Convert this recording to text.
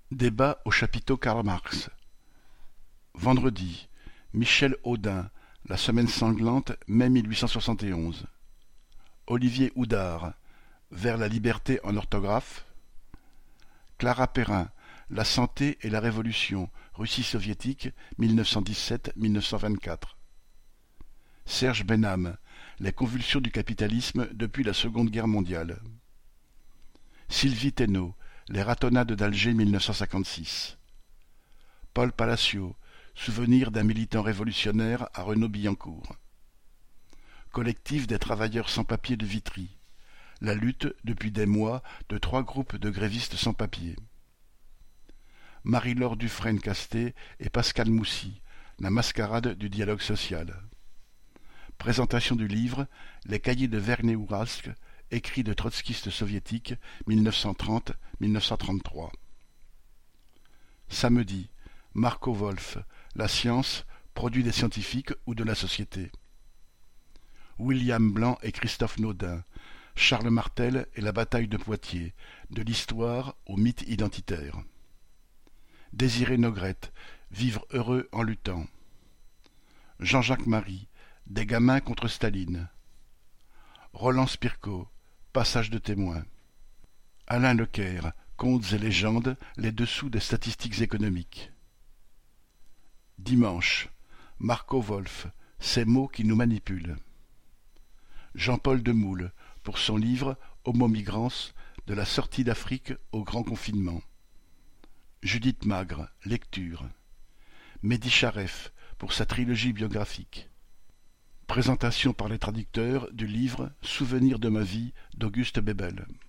Débat au chapiteau Karl Marx. Vendredi, Michel Audin, La Semaine sanglante, mai 1871. Olivier Houdard, Vers la liberté en orthographe. Clara Perrin, La santé et la révolution, Russie soviétique, 1917-1924. Serge Benham, Les convulsions du capitalisme depuis la Seconde Guerre mondiale. Sylvie Thénault, Les ratonnades d'Alger 1956. Paul Palacio, Souvenir d'un militant révolutionnaire à Renaud-Billancourt. Collectif des travailleurs sans-papiers de Vitry. La lutte, depuis des mois, de 3 groupes de grévistes sans-papiers. Marie-Laure Dufresne-Castet et Pascal Moussy, La mascarade du dialogue social. Présentation du livre Les cahiers de Vernet-Ouralsk, écrit de trotskistes soviétiques, 1930-1933. Samedi, Marco Wolf, La science, produit des scientifiques ou de la société. William Blanc et Christophe Naudin, Charles Martel et la bataille de Poitiers, de l'histoire au mythe identitaire. Désiré Nogrette, Vivre heureux en luttant. Jean-Jacques Marie, Des gamins contre Staline. Roland Spirko, Passage de témoin. Alain Lecaire, Contes et légendes, les dessous des statistiques économiques. Dimanche, Marco Wolf, Ces mots qui nous manipulent. Jean-Paul Demoule, pour son livre Homo migrans, de la sortie d'Afrique au grand confinement. Judith Magre, lecture. Mehdi Charef, pour sa trilogie biographique. Présentation par les traducteurs du livre Souvenirs de ma vie d'Auguste Bebel.